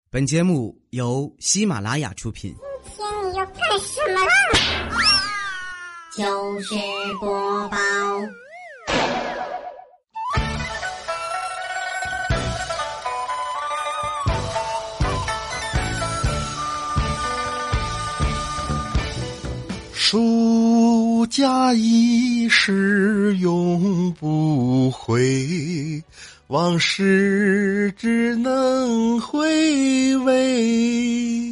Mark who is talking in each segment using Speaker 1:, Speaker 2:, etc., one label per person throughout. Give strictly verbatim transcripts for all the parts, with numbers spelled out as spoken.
Speaker 1: 本节目由喜马拉雅出品。
Speaker 2: 今天你要干什么啦？
Speaker 3: 糗事播报。
Speaker 4: 暑假已逝永不回，往事只能回味。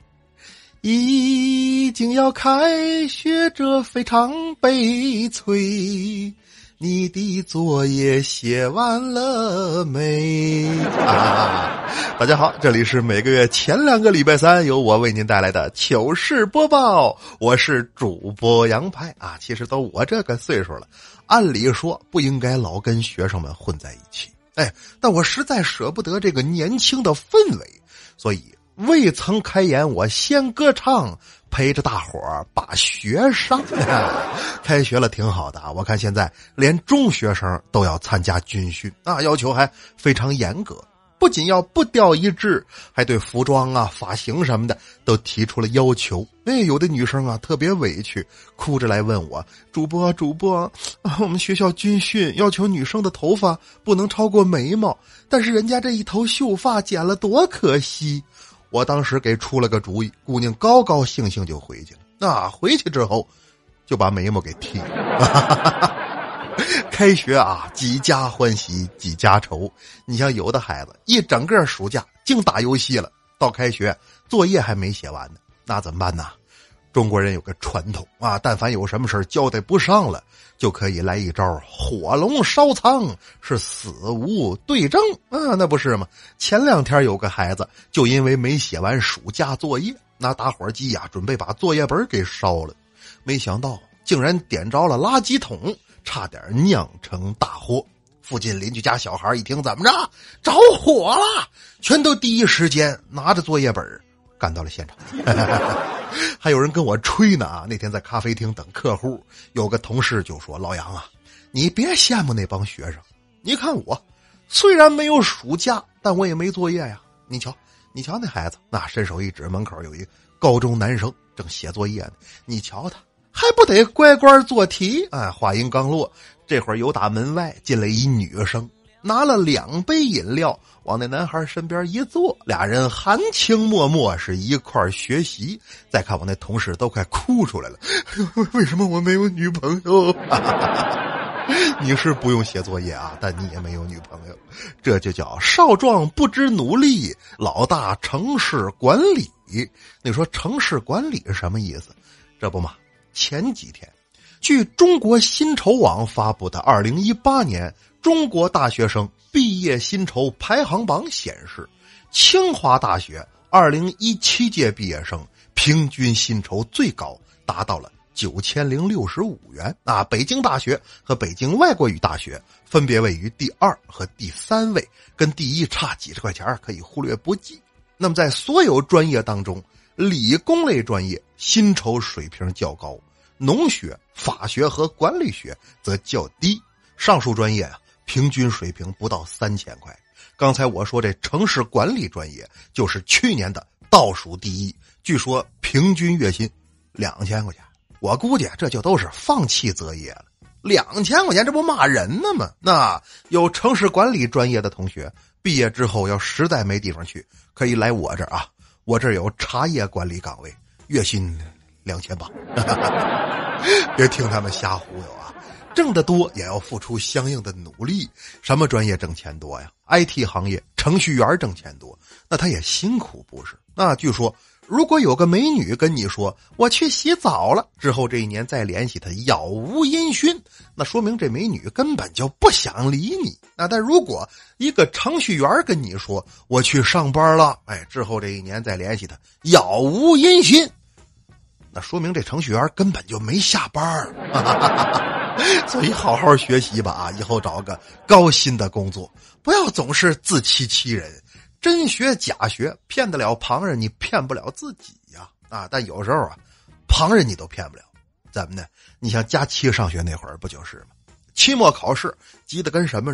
Speaker 4: 已经要开学，这非常悲催。你的作业写完了没？啊，大家好，这里是每个月前两个礼拜三由我为您带来的糗事播报，我是主播杨派啊。其实都我这个岁数了，按理说不应该老跟学生们混在一起，哎，但我实在舍不得这个年轻的氛围，所以未曾开演我先歌唱，陪着大伙儿把学上。开学了挺好的啊，我看现在连中学生都要参加军训啊，要求还非常严格，不仅要步调一致，还对服装啊发型什么的都提出了要求。哎，有的女生啊特别委屈，哭着来问我，主播主播啊，我们学校军训要求女生的头发不能超过眉毛，但是人家这一头秀发剪了多可惜。我当时给出了个主意，姑娘高高兴兴就回去了。那回去之后就把眉毛给剃了。开学啊，几家欢喜几家愁。你像有的孩子一整个暑假净打游戏了，到开学作业还没写完呢，那怎么办呢？中国人有个传统啊，但凡有什么事交代不上了，就可以来一招火龙烧仓，是死无对证啊，那不是吗？前两天有个孩子就因为没写完暑假作业，拿打火机呀、啊、准备把作业本给烧了，没想到竟然点着了垃圾桶，差点酿成大祸。附近邻居家小孩一听怎么着着火了，全都第一时间拿着作业本赶到了现场。还有人跟我吹呢啊！那天在咖啡厅等客户，有个同事就说：“老杨啊，你别羡慕那帮学生，你看我，虽然没有暑假，但我也没作业呀。你瞧，你瞧那孩子，那伸手一指，门口有一高中男生正写作业呢，你瞧他还不得乖乖做题？”哎，话音刚落，这会儿由打门外进来一女生，拿了两杯饮料往那男孩身边一坐，俩人含情脉脉，是一块儿学习。再看我那同事都快哭出来了，为什么我没有女朋友？你是不用写作业啊，但你也没有女朋友，这就叫少壮不知努力，老大城市管理。你说城市管理是什么意思？这不嘛，前几天据中国薪酬网发布的二零一八年中国大学生毕业薪酬排行榜显示，清华大学二零一七届毕业生平均薪酬最高，达到了九千零六十五元啊！北京大学和北京外国语大学分别位于第二和第三位，跟第一差几十块钱，可以忽略不计。那么在所有专业当中，理工类专业薪酬水平较高，农学、法学和管理学则较低。上述专业啊，平均水平不到三千块。刚才我说这城市管理专业就是去年的倒数第一，据说平均月薪两千块钱。我估计这就都是放弃择业了。两千块钱，这不骂人呢吗？那有城市管理专业的同学，毕业之后要实在没地方去，可以来我这儿啊，我这儿有茶叶管理岗位，月薪两千八。别听他们瞎忽悠啊，挣得多也要付出相应的努力。什么专业挣钱多呀？ I T 行业程序员挣钱多，那他也辛苦不是？那据说如果有个美女跟你说我去洗澡了，之后这一年再联系她杳无音讯，那说明这美女根本就不想理你。那但如果一个程序员跟你说我去上班了，哎，之后这一年再联系她杳无音讯，那说明这程序员根本就没下班。所以好好学习吧啊，以后找个高薪的工作，不要总是自欺欺人。真学假学，骗得了旁人，你骗不了自己呀！啊，但有时候啊，旁人你都骗不了。怎么呢？你像佳期上学那会儿不就是吗？期末考试急得跟什么似的，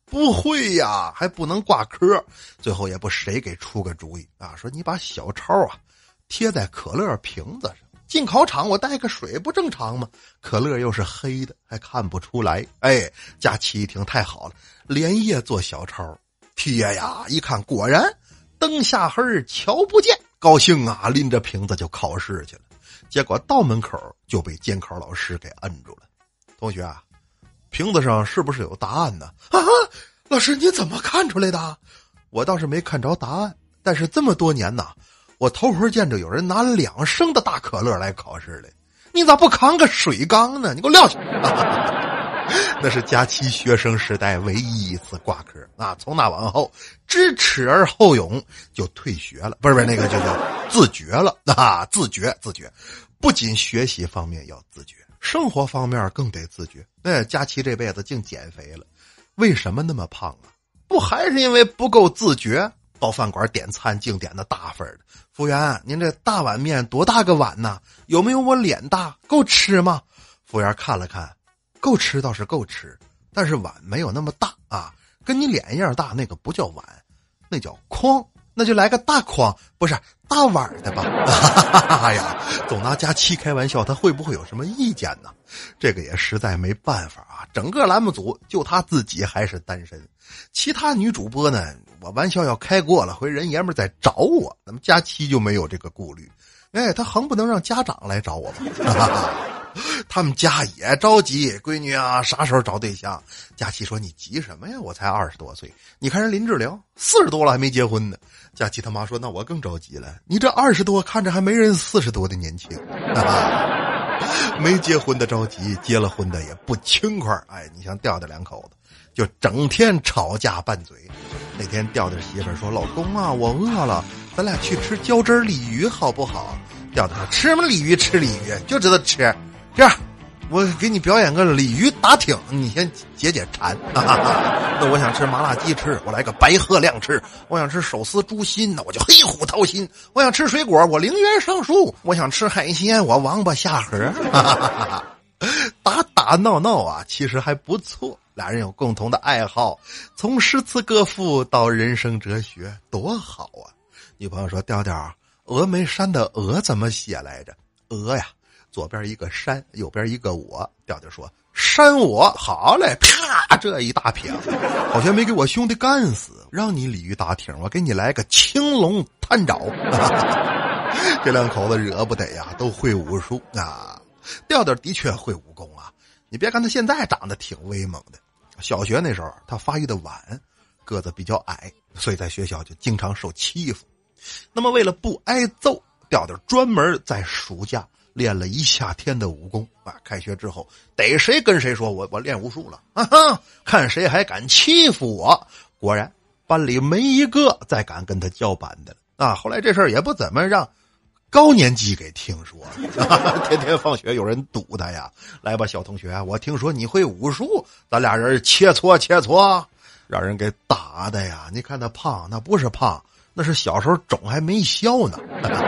Speaker 4: 不会呀，还不能挂科。最后也不谁给出个主意啊，说你把小抄啊贴在可乐瓶子上，进考场我带个水不正常吗？可乐又是黑的，还看不出来。哎，佳琪一听太好了，连夜做小抄贴呀，一看果然灯下黑瞧不见，高兴啊，拎着瓶子就考试去了。结果到门口就被监考老师给摁住了。同学啊，瓶子上是不是有答案呢？啊，老师你怎么看出来的？我倒是没看着答案，但是这么多年呐，我头回见着有人拿两升的大可乐来考试来，你咋不扛个水缸呢？你给我撂下！那是佳琪学生时代唯一一次挂科啊！从那往后，知耻而后勇，就退学了，不是不是那个就叫自觉了啊！自觉自觉，不仅学习方面要自觉，生活方面更得自觉。那佳琪这辈子净减肥了，为什么那么胖啊？不还是因为不够自觉？到饭馆点餐净点的大份的，服务员，您这大碗面多大个碗呢？有没有我脸大？够吃吗？服务员看了看，够吃倒是够吃，但是碗没有那么大啊，跟你脸一样大，那个不叫碗，那叫筐，那就来个大筐，不是大碗的吧？哎呀，总拿佳琪开玩笑，他会不会有什么意见呢？这个也实在没办法啊，整个栏目组就他自己还是单身，其他女主播呢，我玩笑要开过了，回人爷们在找我，那么佳琪就没有这个顾虑。哎，他横不能让家长来找我吧？他们家也着急，闺女啊，啥时候找对象？佳琪说：“你急什么呀？我才二十多岁，你看人林志玲四十多了还没结婚呢。”佳琪他妈说：“那我更着急了，你这二十多看着还没人四十多的年轻。”没结婚的着急，结了婚的也不轻快。哎，你像调调两口子，就整天吵架拌嘴。那天调调媳妇说：“老公啊，我饿了，咱俩去吃浇汁鲤鱼好不好？”调调说：“吃什么鲤鱼？吃鲤鱼就知道吃。这样，我给你表演个鲤鱼打挺，你先解解馋。那我想吃麻辣鸡翅，我来个白鹤亮翅；我想吃手撕猪心，那我就黑虎掏心；我想吃水果，我陵园上树；我想吃海鲜，我王八下河。打打闹闹啊，其实还不错。俩人有共同的爱好，从诗词歌赋到人生哲学，多好啊！女朋友说：“调调，峨眉山的峨怎么写来着？”峨呀，左边一个山，右边一个我。调调说：“山我好嘞！”啪，这一大撇子，好像没给我兄弟干死。让你鲤鱼打挺，我给你来个青龙探爪。这两口子惹不得呀，都会武术啊。调调的确会武功啊，你别看他现在长得挺威猛的，小学那时候他发育的晚，个子比较矮，所以在学校就经常受欺负。那么为了不挨揍，调调专门在暑假练了一夏天的武功啊！开学之后逮谁跟谁说我我练武术了，啊哈，看谁还敢欺负我。果然班里没一个再敢跟他叫板的了啊！后来这事儿也不怎么让高年级给听说了，天天放学有人堵他呀，来吧小同学，我听说你会武术，咱俩人切磋切磋，让人给打的呀！你看他胖，那不是胖，那是小时候肿还没消呢。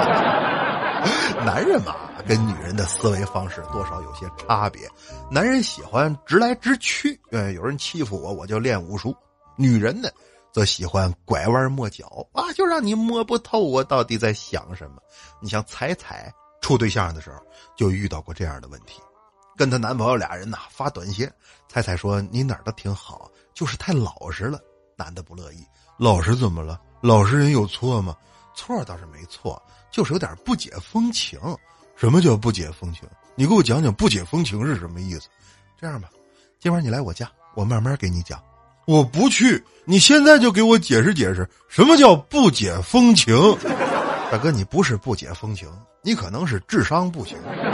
Speaker 4: 男人嘛，跟女人的思维方式多少有些差别。男人喜欢直来直去，呃，有人欺负我，我就练武术；女人呢，则喜欢拐弯抹角啊，就让你摸不透我到底在想什么。你像彩彩处对象的时候，就遇到过这样的问题，跟她男朋友俩人呐发短信，彩彩说你哪儿都挺好，就是太老实了。男的不乐意，老实怎么了？老实人有错吗？错倒是没错，就是有点不解风情。什么叫不解风情？你给我讲讲不解风情是什么意思？这样吧，今晚你来我家，我慢慢给你讲。我不去，你现在就给我解释解释，什么叫不解风情？大哥，你不是不解风情，你可能是智商不行。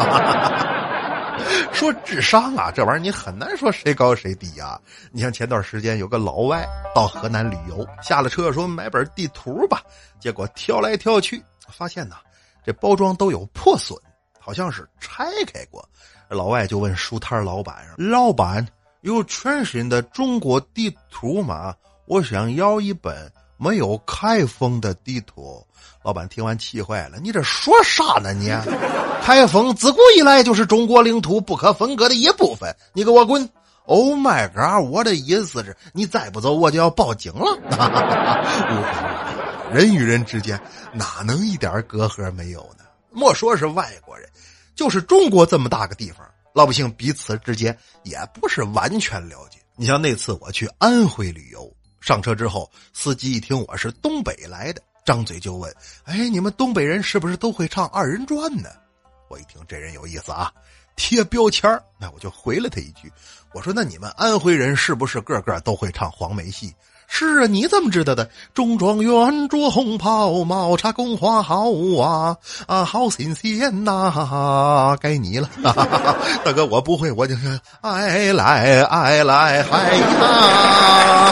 Speaker 4: 说智商啊，这玩意儿你很难说谁高谁低啊。你像前段时间有个老外到河南旅游，下了车说买本地图吧，结果挑来挑去，发现呐，这包装都有破损，好像是拆开过。老外就问书摊老板：“老板，有全新的中国地图吗？我想要一本没有开封的地图。”老板听完气坏了：“你这说啥呢你？开封自古以来就是中国领土不可分割的一部分，你给我滚！ Oh my god！ 我的意思是，你再不走，我就要报警了。误会，人与人之间哪能一点隔阂没有呢？莫说是外国人，就是中国这么大个地方，老百姓彼此之间也不是完全了解。你像那次我去安徽旅游，上车之后，司机一听我是东北来的，张嘴就问：“哎，你们东北人是不是都会唱二人转呢？”我一听这人有意思啊，贴标签儿，那我就回了他一句，我说：“那你们安徽人是不是个个都会唱黄梅戏？”是啊，你怎么知道的？中状元着红袍，毛插宫花好啊啊，好新鲜呐！该你了，大哥，我不会，我就是爱来爱来嗨呀。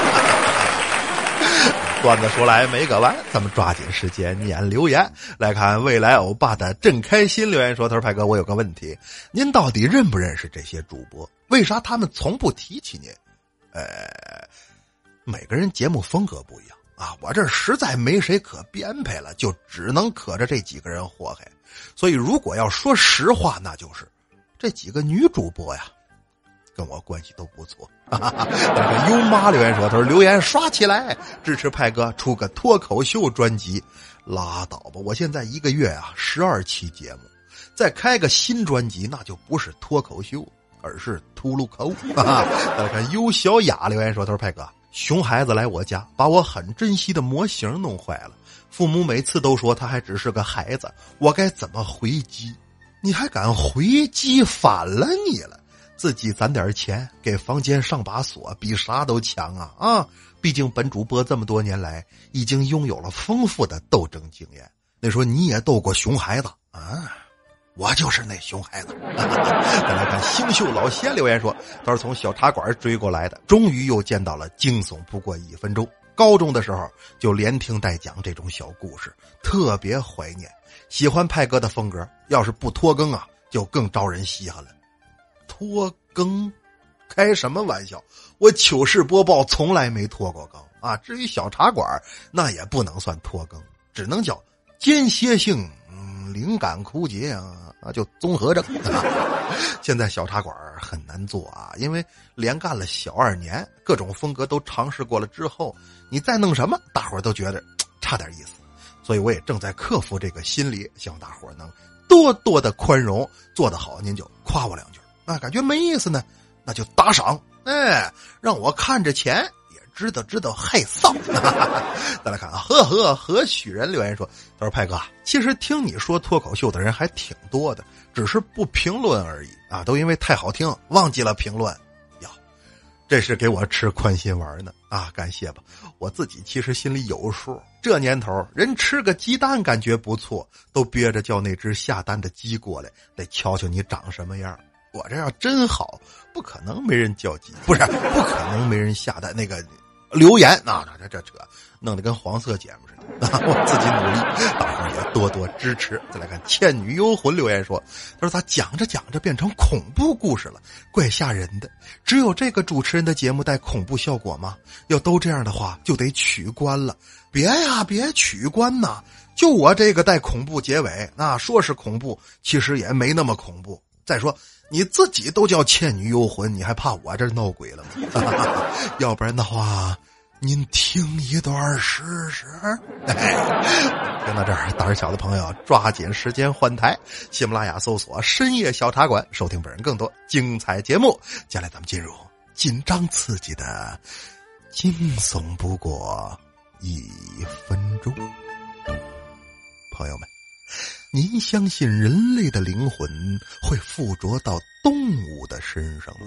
Speaker 4: 段子说来没个完，咱们抓紧时间念留言。来看未来欧巴的真开心留言说：“他说派哥，我有个问题，您到底认不认识这些主播？为啥他们从不提起您？”呃。每个人节目风格不一样啊，我这实在没谁可编排了，就只能可着这几个人祸害。所以如果要说实话，那就是这几个女主播呀，跟我关系都不错。但是优妈留言说：“他说留言刷起来，支持派哥出个脱口秀专辑。”拉倒吧，我现在一个月啊十二期节目，再开个新专辑，那就不是脱口秀，而是秃噜口。来看优小雅留言说：“他说派哥。”熊孩子来我家，把我很珍惜的模型弄坏了。父母每次都说他还只是个孩子，我该怎么回击？你还敢回击？反了你了！自己攒点钱，给房间上把锁，比啥都强啊！啊，毕竟本主播这么多年来，已经拥有了丰富的斗争经验。那说你也斗过熊孩子啊？我就是那熊孩子。再来看星宿老仙留言说，他是从小茶馆追过来的，终于又见到了惊悚不过一分钟。高中的时候就连听带讲这种小故事，特别怀念。喜欢派哥的风格，要是不拖更啊，就更招人稀罕了。拖更？开什么玩笑？我糗事播报从来没拖过更啊！至于小茶馆，那也不能算拖更，只能叫间歇性。灵感枯竭啊，啊就综合症。现在小茶馆很难做啊，因为连干了小二年，各种风格都尝试过了之后，你再弄什么，大伙儿都觉得差点意思。所以我也正在克服这个心理，希望大伙儿能多多的宽容，做得好您就夸我两句，那感觉没意思呢，那就打赏，哎，让我看着钱。知道知道害臊。再来看啊，呵呵何许人留言说，他说派哥，其实听你说脱口秀的人还挺多的，只是不评论而已啊，都因为太好听忘记了评论。哟，这是给我吃宽心丸呢啊，感谢吧。我自己其实心里有数，这年头人吃个鸡蛋感觉不错，都憋着叫那只下蛋的鸡过来，得瞧瞧你长什么样。我这要真好，不可能没人叫鸡，不是不可能没人下蛋。那个留言啊，这这扯，弄得跟黄色节目似的。我自己努力，大伙也多多支持。再来看《倩女幽魂》留言说，他说他讲着讲着变成恐怖故事了，怪吓人的。只有这个主持人的节目带恐怖效果吗？要都这样的话，就得取关了。别呀，别取关呐！就我这个带恐怖结尾，那说是恐怖，其实也没那么恐怖。再说你自己都叫倩女幽魂，你还怕我这闹鬼了吗？要不然的话，您听一段试试。哎，听到这儿，胆小的朋友抓紧时间换台，喜马拉雅搜索深夜小茶馆，收听本人更多精彩节目。接下来咱们进入紧张刺激的惊悚不过一分钟。朋友们，您相信人类的灵魂会附着到动物的身上吗？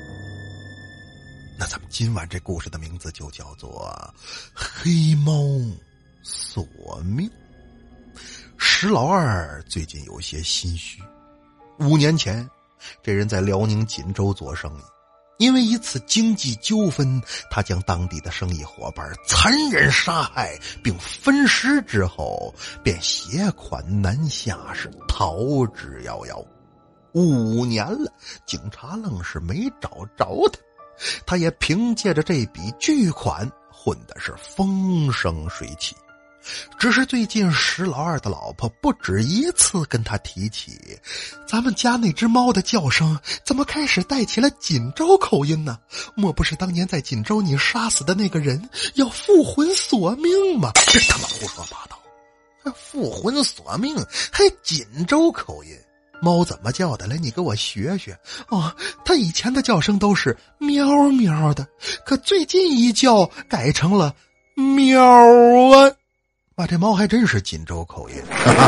Speaker 4: 那咱们今晚这故事的名字就叫做黑猫索命。石老二最近有些心虚，五年前这人在辽宁锦州做生意，因为一次经济纠纷，他将当地的生意伙伴残忍杀害并分尸之后，便携款南下，是逃之夭夭。五年了，警察愣是没找着他，他也凭借着这笔巨款混的是风生水起。 只是最近石老二的老婆不止一次跟他提起，咱们家那只猫的叫声怎么开始带起了锦州口音呢？莫不是当年在锦州你杀死的那个人要复魂索命吗？这他妈胡说八道！复魂索命还锦州口音？猫怎么叫的？来，你给我学学。哦，它以前的叫声都是喵喵的，可最近一叫改成了喵啊！啊，这猫还真是锦州口音。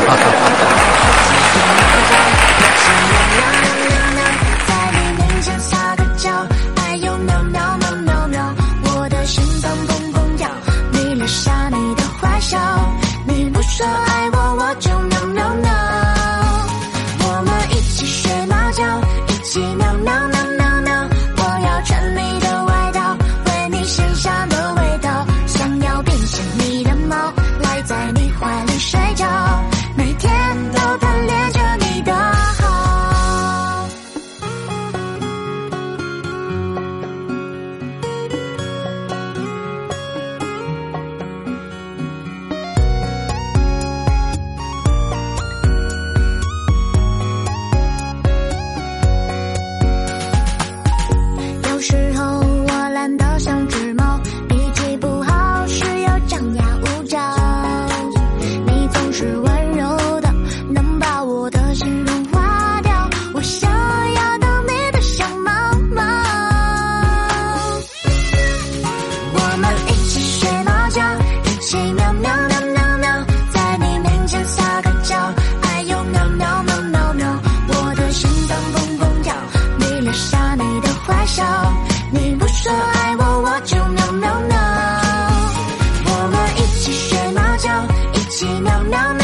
Speaker 5: 我的心脏砰砰跳，你留下你的坏笑，你不说爱我，我就喵喵喵。我们一起学猫叫，一起喵喵喵喵喵。我要穿你的外套，闻你身上的味道，想要变成你的猫，赖在你怀里睡觉，每天都贪恋着你的好。有时候我懒得像只猫，脾气不好时又张牙舞爪，你总是温柔的，能把我的心融化掉，我想要当你的小猫猫。我们一起学猫叫，一起喵喵喵喵喵，在你面前撒个娇，哎呦喵喵喵喵喵。我的心脏砰砰跳，你留下你的坏笑，你不说爱我，我就喵喵喵。我们一起学猫叫，一起喵喵喵。